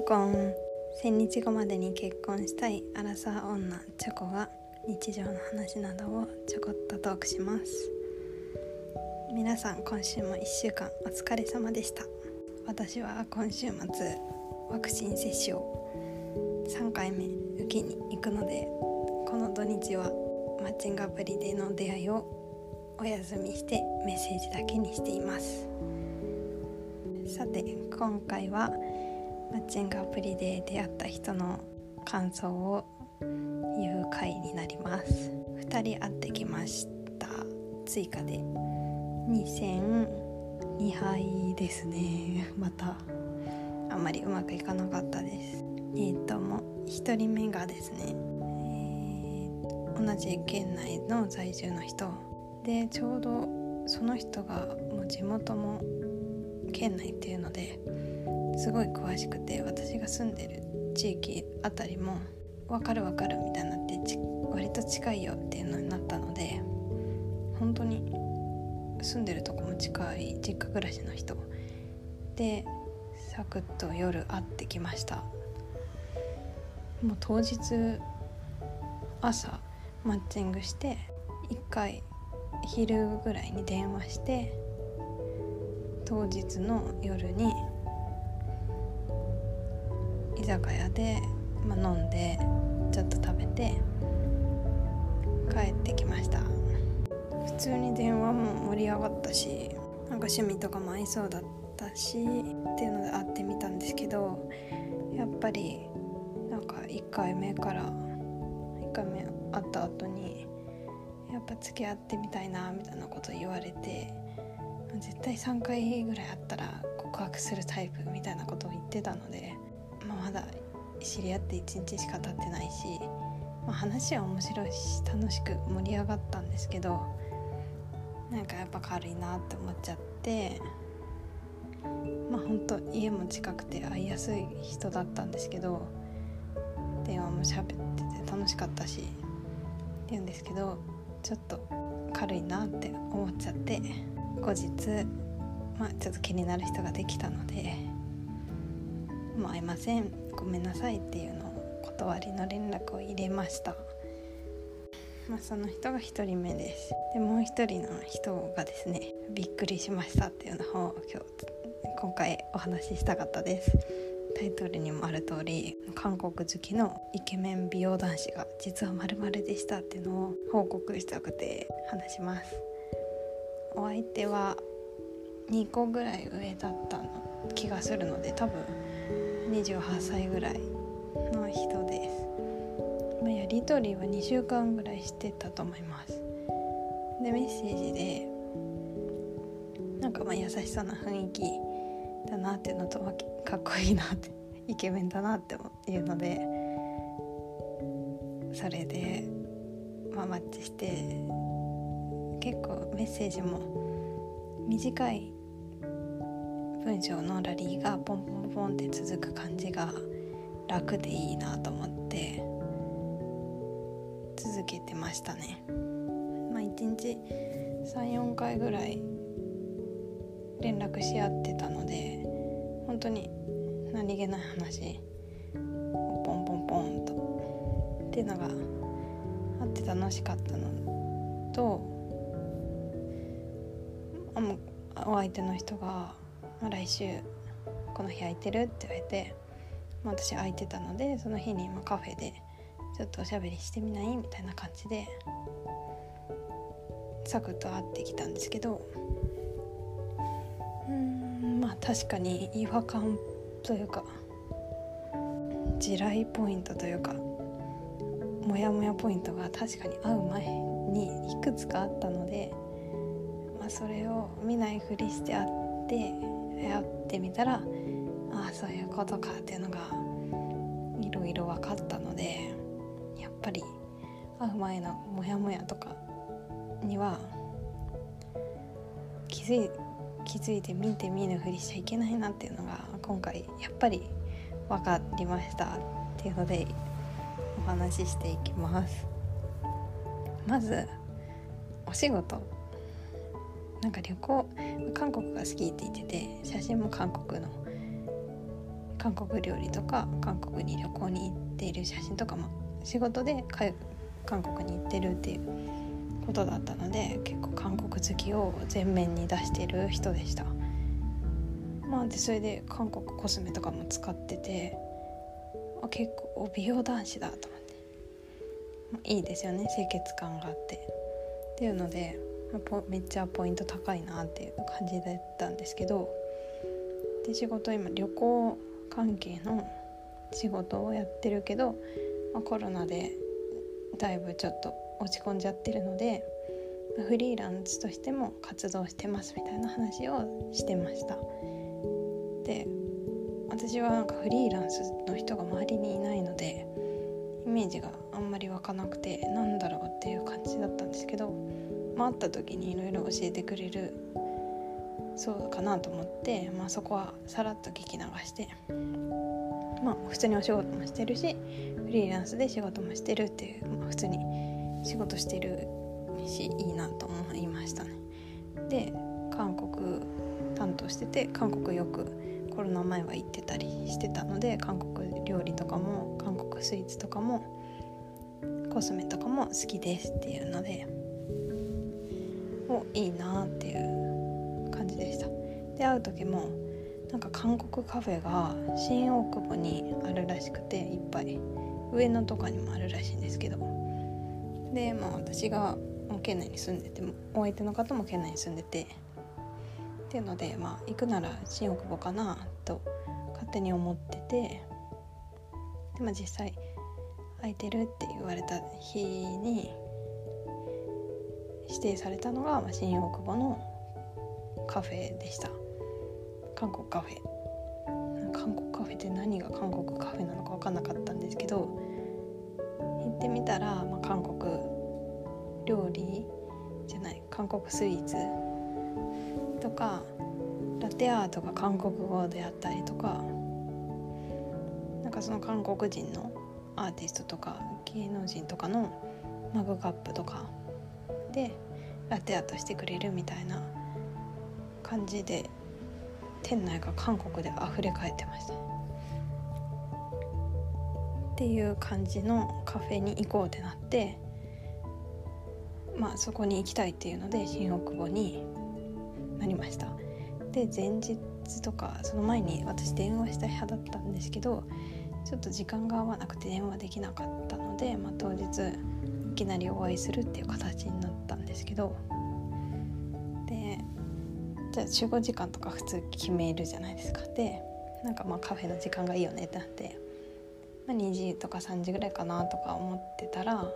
コン1000日後までに結婚したいアラサー女チョコが日常の話などをちょこっとトークします。皆さん今週も1週間お疲れ様でした。私は今週末ワクチン接種を3回目受けに行くので、この土日はマッチングアプリでの出会いをお休みしてメッセージだけにしています。さて今回はマッチングアプリで出会った人の感想を言う回になります。2人会ってきました。追加で2戦2敗ですね。またあんまりうまくいかなかったです。もう1人目がですね、同じ県内の在住の人で、ちょうどその人がもう地元も県内っていうのですごい詳しくて、私が住んでる地域あたりも分かるみたいになって割と近いよっていうのになったので、本当に住んでるとこも近い実家暮らしの人で、サクッと夜会ってきました。もう当日朝マッチングして1回昼ぐらいに電話して、当日の夜に居酒屋で、飲んでちょっと食べて帰ってきました。普通に電話も盛り上がったし、なんか趣味とかも合いそうだったしっていうので会ってみたんですけど、やっぱりなんか1回目会った後にやっぱ付き合ってみたいなみたいなこと言われて、絶対3回ぐらい会ったら告白するタイプみたいなことを言ってたので、まだ知り合って1日しか経ってないし、話は面白いし楽しく盛り上がったんですけど、なんかやっぱ軽いなって思っちゃって、本当家も近くて会いやすい人だったんですけど、電話も喋ってて楽しかったしって言うんですけど、ちょっと軽いなって思っちゃって、後日ちょっと気になる人ができたので、もう会えません、ごめんなさいっていうのを断りの連絡を入れました。その人が1人目です。でもう1人の人がですね、びっくりしましたっていうのを今回お話ししたかったです。タイトルにもある通り、韓国好きのイケメン美容男子が実は〇〇でしたっていうのを報告したくて話します。お相手は2個ぐらい上だった気がするので、多分28歳ぐらいの人です。やり取りは2週間ぐらいしてたと思います。でメッセージでなんか優しそうな雰囲気だなっていうのと、かっこいいなってイケメンだなっていうので、それでマッチして、結構メッセージも短い文章のラリーがポンポンポンって続く感じが楽でいいなと思って続けてましたね。1日 3,4 回ぐらい連絡し合ってたので、本当に何気ない話ポンポンポンとっていうのがあって楽しかったのと、お相手の人が来週この日空いてるって言われて、私空いてたので、その日にカフェでちょっとおしゃべりしてみないみたいな感じでサクッと会ってきたんですけど、確かに違和感というか地雷ポイントというかモヤモヤポイントが確かに会う前にいくつかあったので、それを見ないふりして会ってみたら、そういうことかっていうのがいろいろ分かったので、やっぱり会う前のモヤモヤとかには気づいて見て見ぬふりしちゃいけないなっていうのが今回やっぱり分かりましたっていうのでお話ししていきます。まずお仕事、旅行、韓国が好きって言ってて、写真も韓韓国料理とか韓国に旅行に行っている写真とかも仕事で韓国に行ってるっていうことだったので、結構韓国好きを前面に出している人でした。でそれで韓国コスメとかも使ってて、結構美容男子だと思って、いいですよね、清潔感があってっていうので、めっちゃポイント高いなっていう感じだったんですけど、で仕事今旅行関係の仕事をやってるけど、コロナでだいぶちょっと落ち込んじゃってるので、フリーランスとしても活動してますみたいな話をしてました。で私はなんかフリーランスの人が周りにいないのでイメージがあんまり湧かなくて、なんだろうっていう感じだったんですけど、会った時にいろいろ教えてくれるそうかなと思って、そこはさらっと聞き流して、普通にお仕事もしてるしフリーランスで仕事もしてるっていう、普通に仕事してるしいいなと思いましたね。で韓国担当してて、韓国よくコロナ前は行ってたりしてたので、韓国料理とかも韓国スイーツとかもコスメとかも好きですっていうので、いいなっていう感じでした。で会う時もなんか韓国カフェが新大久保にあるらしくて、いっぱい上野とかにもあるらしいんですけど、で私が県内に住んでて、お相手の方も県内に住んでてっていうので、行くなら新大久保かなと勝手に思ってて、で実際空いてるって言われた日に指定されたのが新大久保のカフェでした。韓国カフェって何が韓国カフェなのか分かんなかったんですけど、行ってみたら、韓国料理じゃない韓国スイーツとかラテアートが韓国語であったりとか、なんかその韓国人のアーティストとか芸能人とかのマグカップとかでラテアートしてくれるみたいな感じで、店内が韓国で溢れ返ってましたっていう感じのカフェに行こうってなって、そこに行きたいっていうので新大久保になりました。で前日とかその前に私電話したい派だったんですけど、ちょっと時間が合わなくて電話できなかったので、当日いきなりお会いするっていう形になったんですけど、でじゃあ集合時間とか普通決めるじゃないですか。でなんかカフェの時間がいいよねってなって、2時とか3時ぐらいかなとか思ってたら、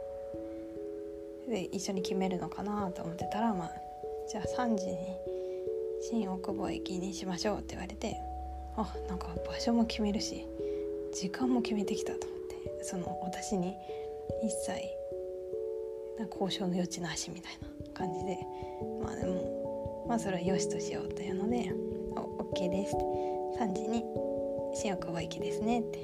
で一緒に決めるのかなと思ってたら、じゃあ3時に新大久保駅にしましょうって言われて、なんか場所も決めるし時間も決めてきたと思って、その私に一切交渉の余地なしみたいな感じで、でもそれはよしとしようというので OK です3時に新大久保駅ですねって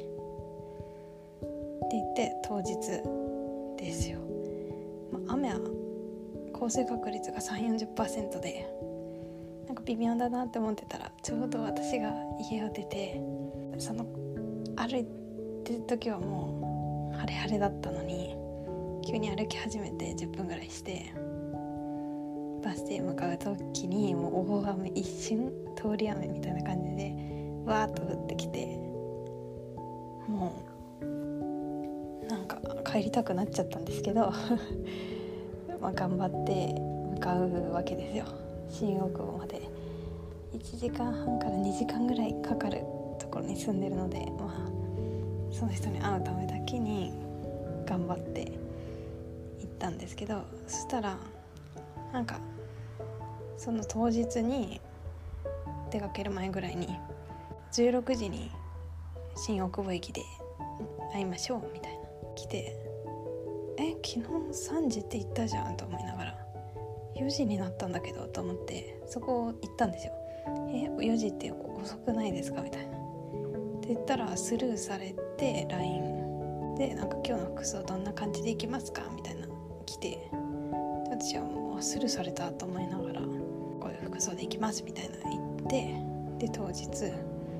言って当日ですよ。雨は降水確率が 3,40% でなんか微妙だなって思ってたら、ちょうど私が家を出てその歩いてる時はもう晴れ晴れだったのに、急に歩き始めて10分ぐらいしてバス停へ向かう時にもう大雨、一瞬通り雨みたいな感じでわーっと降ってきて、もうなんか帰りたくなっちゃったんですけど頑張って向かうわけですよ。新大久保まで1時間半から2時間ぐらいかかるところに住んでるので、その人に会うためだけに頑張って行ったんですけど、そしたらなんかその当日に出かける前ぐらいに16時に新大久保駅で会いましょうみたいな来て、昨日3時って言ったじゃんと思いながら、4時になったんだけどと思ってそこ行ったんですよ。4時って遅くないですかみたいなって言ったらスルーされて LINE でなんか今日の服装どんな感じで行きますかみたいな来て、私はもうスルーされたと思いながらこういう服装で行きますみたいな言って、で当日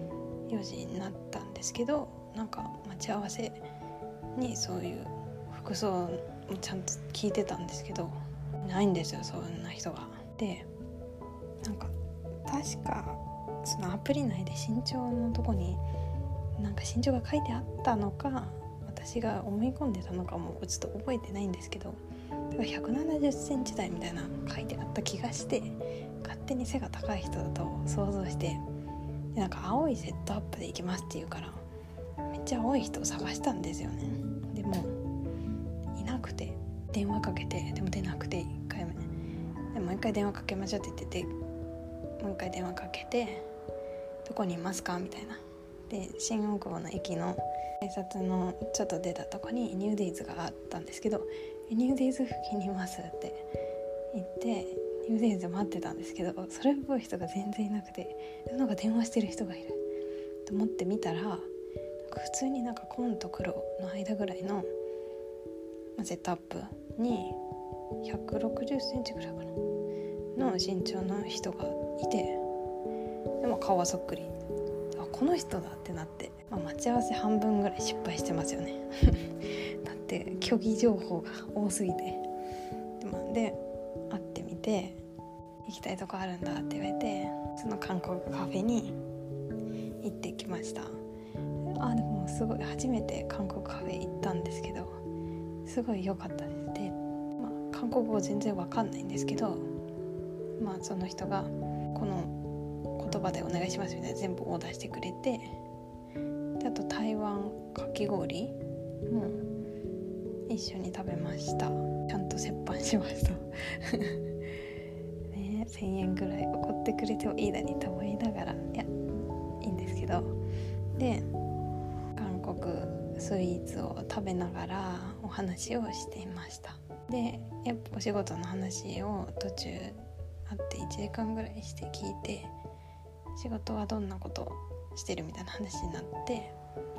4時になったんですけど、なんか待ち合わせにそういう服装もちゃんと聞いてたんですけど、ないんですよ、そんな人が。でなんか確かそのアプリ内で身長のとこになんか身長が書いてあったのか、私が思い込んでたのかもちょっと覚えてないんですけど、170センチ台みたいな書いてあった気がして、勝手に背が高い人だと想像して、でなんか青いセットアップで行きますって言うからめっちゃ青い人を探したんですよね。でもいなくて、電話かけてでも出なくて、1回目でもう1回電話かけましょうって言ってて、もう1回電話かけて、どこにいますかみたいな。で新大久保の駅の改札のちょっと出たとこにニューデイズがあったんですけど、ニューデイズ付近にいますって言ってニューデイズ待ってたんですけど、それっぽい人が全然いなくて、なんか電話してる人がいると思って見たら、なんか普通になんか紺と黒の間ぐらいのセットアップに160センチぐらいかなの身長の人がいて、でも顔はそっくり、この人だってなって、待ち合わせ半分ぐらい失敗してますよねだって虚偽情報が多すぎて。で会ってみて、行きたいとこあるんだって言われて、その韓国カフェに行ってきました。でもすごい初めて韓国カフェ行ったんですけど、すごい良かったです。で、韓国語全然わかんないんですけど、その人がこの言葉でお願いしますみたいな全部オーダーしてくれて、であと台湾かき氷も一緒に食べました。ちゃんと折半しましたね、1000円ぐらい怒ってくれてもいいだにと思いながら、いやいいんですけど、で韓国スイーツを食べながらお話をしていました。でやっぱお仕事の話を途中あって1時間ぐらいして聞いて、仕事はどんなことしてるみたいな話になって、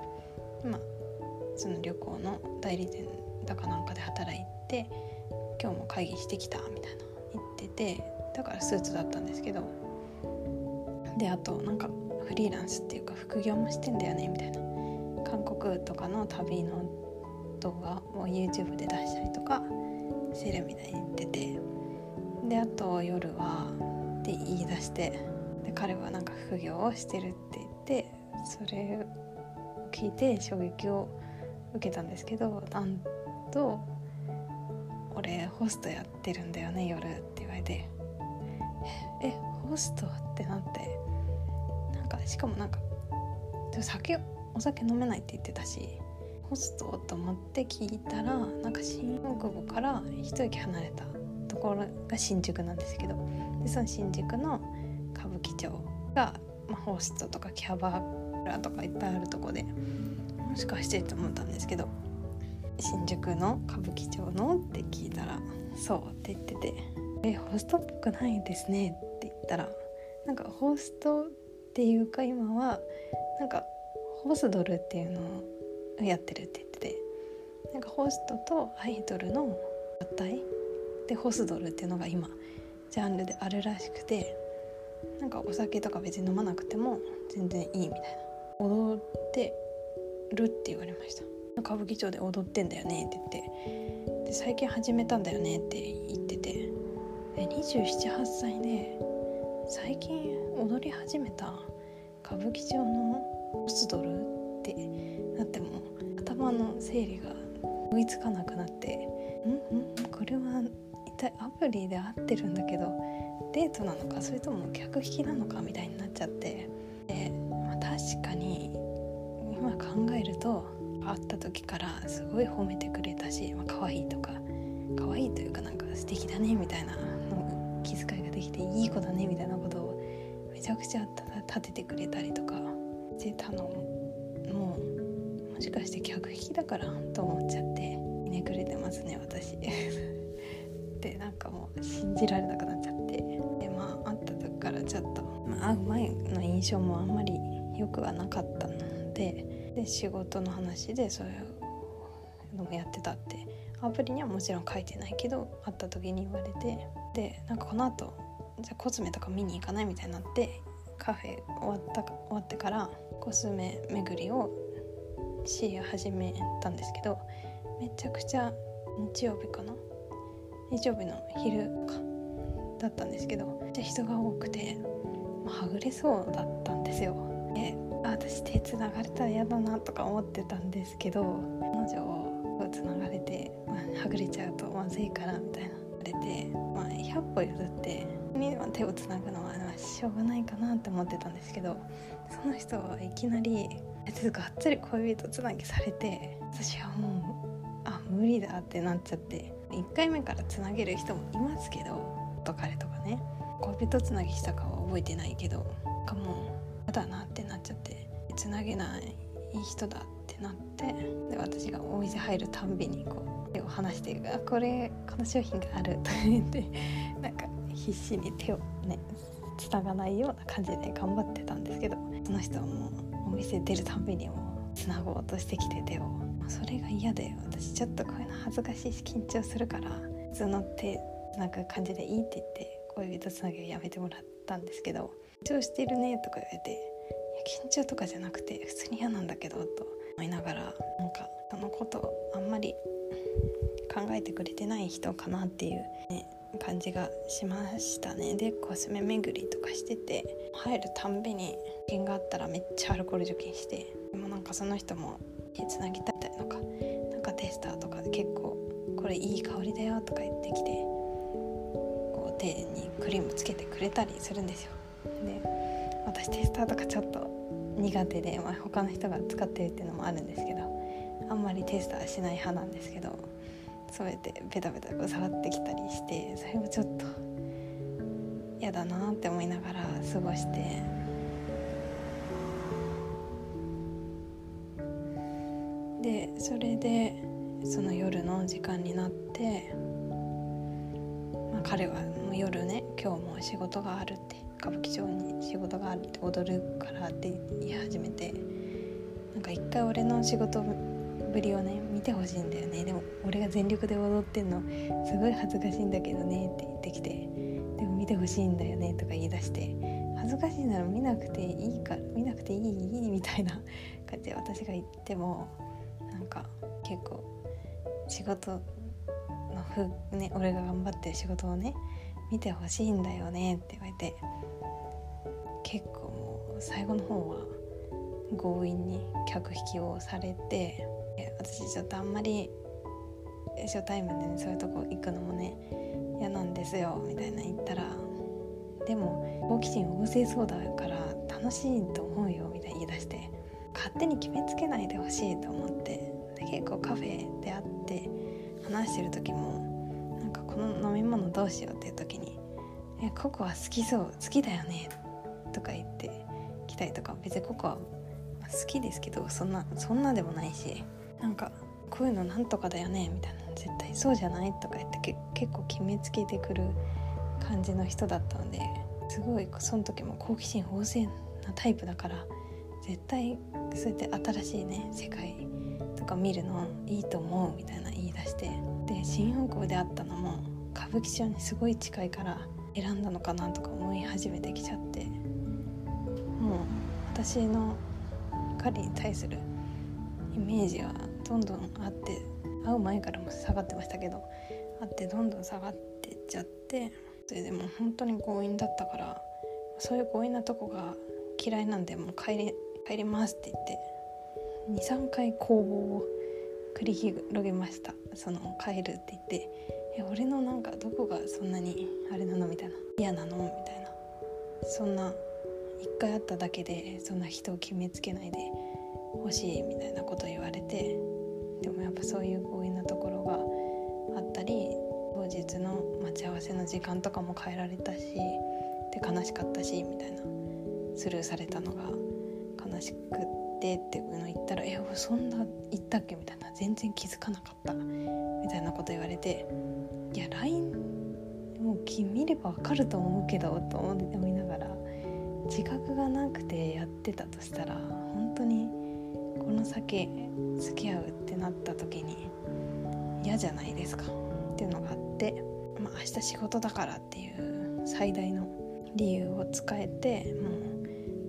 その旅行の代理店だかなんかで働いて、今日も会議してきたみたいな言ってて、だからスーツだったんですけど、であとなんかフリーランスっていうか副業もしてんだよねみたいな、韓国とかの旅の動画を YouTube で出したりとかしてるみたいに言ってて、であと夜はって言い出して、で彼はなんか副業をしてるって言って、それを聞いて衝撃を受けたんですけど、なんと俺ホストやってるんだよね夜って言われて、ホストってなって、なんかしかもなんかお酒飲めないって言ってたし、ホストと思って聞いたら、なんか新大久保から一駅離れたところが新宿なんですけど、でその新宿の歌舞伎町が、ホストとかキャバクラとかいっぱいあるとこで、もしかしてと思ったんですけど、新宿の歌舞伎町のって聞いたらそうって言ってて、ホストっぽくないですねって言ったら、なんかホストっていうか今はなんかホスドルっていうのをやってるって言ってて、なんかホストとアイドルの合体でホスドルっていうのが今ジャンルであるらしくて、なんかお酒とか別に飲まなくても全然いいみたいな、踊ってるって言われました。歌舞伎町で踊ってんだよねって言って、で最近始めたんだよねって言ってて、27、8歳で最近踊り始めた歌舞伎町のホスドルってなっても頭の整理が追いつかなくなって、これは一体アプリで合ってるんだけどデートなのかそれとも客引きなのかみたいになっちゃって、で、確かに今考えると会った時からすごい褒めてくれたし、可愛いとか可愛いというかなんか素敵だねみたいなの気遣いができていい子だねみたいなことをめちゃくちゃ立ててくれたりとかしてたのもしかして客引きだからと思っちゃってひねくれてますね私でなんかもう信じられなくなっちゃって、で会った時からちょっと、会う前の印象もあんまり良くはなかったので、仕事の話でそういうのもやってたってアプリにはもちろん書いてないけど会った時に言われて、でなんかこの後じゃあコスメとか見に行かないみたいになってカフェ終わってからコスメ巡りをし始めたんですけど、めちゃくちゃ日曜日の昼かだったんですけど、めっちゃ人が多くて、はぐれそうだったんですよ。で、私手つながれたら嫌だなとか思ってたんですけど、彼女をつながれて、はぐれちゃうとまずいからみたいな言われて、100歩譲って手をつなぐのはしょうがないかなって思ってたんですけど、その人はいきなりがっつり恋人つなぎされて、私はもう無理だってなっちゃって、1回目からつなげる人もいますけど、彼とかね、恋人つなぎしたかは覚えてないけど、もう嫌だなってなっちゃって、つなげない人だってなって、で私がお店入るたんびに手を離して、この商品があると言ってなんか必死に手をねつながないような感じで頑張ってたんですけど、その人はもうお店出るたんびにもうつなごうとしてきて、手をそれが嫌で、私ちょっとこういうの恥ずかしいし緊張するから普通の手つなぐ感じでいいって言って恋人つなぎをやめてもらったんですけど、緊張してるねとか言われて、いや緊張とかじゃなくて普通に嫌なんだけどと思いながら、なんかそのことあんまり考えてくれてない人かなっていう、感じがしましたね。でコスメ巡りとかしてて、入るたんびに除菌があったらめっちゃアルコール除菌して、でもなんかその人も手つなぎたいのか、なんかテスターとかで結構これいい香りだよとか言ってきて、手にクリームつけてくれたりするんですよ。で私テスターとかちょっと苦手で、他の人が使ってるっていうのもあるんですけど、あんまりテスターしない派なんですけど、そうやってベタベタ触ってきたりして、それもちょっと嫌だなって思いながら過ごして、でそれでその夜の時間になって、彼はもう夜ね、今日も仕事があるって、歌舞伎町に仕事があるって踊るからって言い始めて、なんか一回俺の仕事ぶりをね見てほしいんだよね、でも俺が全力で踊ってんのすごい恥ずかしいんだけどねって言ってきて、でも見てほしいんだよねとか言い出して、恥ずかしいなら見なくていいから見なくていいみたいな感じで私が言っても、なんか結構仕事の俺が頑張ってる仕事をね見てほしいんだよねって言われて、結構もう最後の方は強引に客引きをされて、私ちょっとあんまり初対面で、ね、そういうとこ行くのもね嫌なんですよみたいな言ったら、でも好奇心旺盛そうだから楽しいと思うよみたいに言い出して、勝手に決めつけないでほしいと思って、で結構カフェで会って話してる時も、なんかこの飲み物どうしようっていう時に、ココア好きだよねとか言ってきたりとか、別にココア好きですけどそんなでもないし、なんかこういうのなんとかだよねみたいな、絶対そうじゃないとか言って結構決めつけてくる感じの人だったので、すごいその時も好奇心旺盛なタイプだから、絶対そうやって新しいね世界とか見るのいいと思うみたいな言い出して、で新大久保で会ったのも歌舞伎町にすごい近いから選んだのかなとか思い始めてきちゃって、もう私の彼に対するイメージはどんどんあって、会う前からも下がってましたけど、会ってどんどん下がってっちゃって、それでもう本当に強引だったから、そういう強引なとこが嫌いなんで、もう帰りますって言って 2,3 回攻防を繰り広げました。その帰るって言って、俺のなんかどこがそんなにあれなのみたいな、嫌なのみたいな、そんな一回会っただけでそんな人を決めつけないでほしいみたいなこと言われて、でもやっぱそういう強引なところがあったり、当日の待ち合わせの時間とかも変えられたし、で悲しかったしみたいな、スルーされたのが悲しくってっていうのを言ったら、そんな言ったっけみたいな、全然気づかなかったみたいなこと言われて、いや LINE もう見ればわかると思うけどと思いながら、自覚がなくてやってたとしたら、本当にこの先付き合うってなった時に嫌じゃないですかっていうのがあって、明日仕事だからっていう最大の理由を使えて、も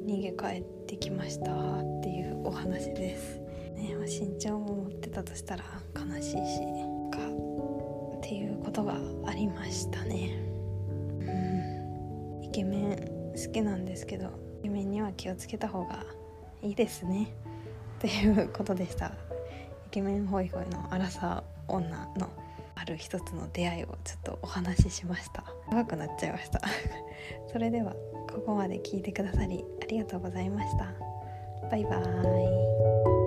逃げ帰ってきましたっていうお話です、ね。身長も持ってたとしたら悲しいしっていうことがありましたね。イケメン好きなんですけど、イケメンには気をつけた方がいいですねっていうことでした。イケメンホイホイのアラサー女のある一つの出会いをちょっとお話ししました。長くなっちゃいましたそれではここまで聞いてくださりありがとうございました。バイバーイ。